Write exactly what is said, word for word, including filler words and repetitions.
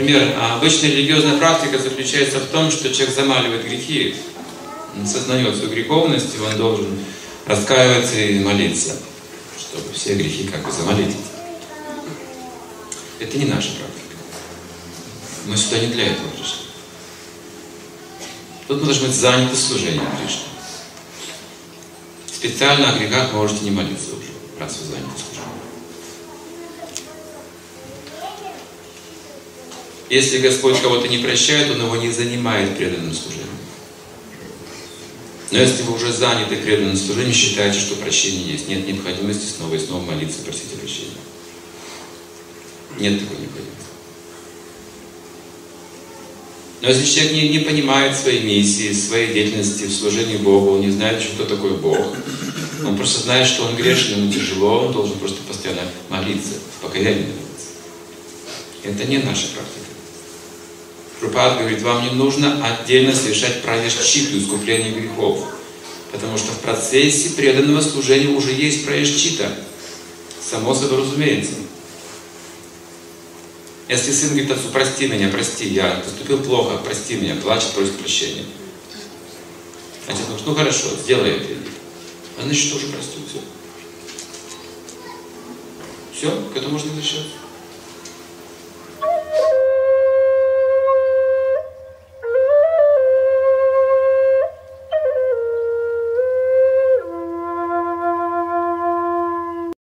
Например, обычная религиозная практика заключается в том, что человек замаливает грехи, он сознает свою греховность, и он должен раскаиваться и молиться, чтобы все грехи как бы замолить. Это не наша практика. Мы сюда не для этого пришли. Тут мы должны быть заняты служением Кришне. Специально о грехах можете не молиться уже, раз вы заняты служением. Если Господь кого-то не прощает, Он его не занимает преданным служением. Но если вы уже заняты преданным служением, считайте, что прощение есть. Нет необходимости снова и снова молиться и просить о прощении. Нет такой необходимости. Но если человек не, не понимает своей миссии, своей деятельности в служении Богу, он не знает еще, кто такой Бог, он просто знает, что он грешный, ему тяжело, он должен просто постоянно молиться, в покаянии молиться. Это не наша практика. Прабхупада говорит, вам не нужно отдельно совершать праяшчиту, искупление грехов, потому что в процессе преданного служения уже есть праяшчита, само собой разумеется. Если сын говорит отцу, прости меня, прости, я поступил плохо, прости меня, плачет, просит прощения. Отец говорит, ну хорошо, сделай это. А значит, тоже простил, все. Все, к этому можно возвращаться.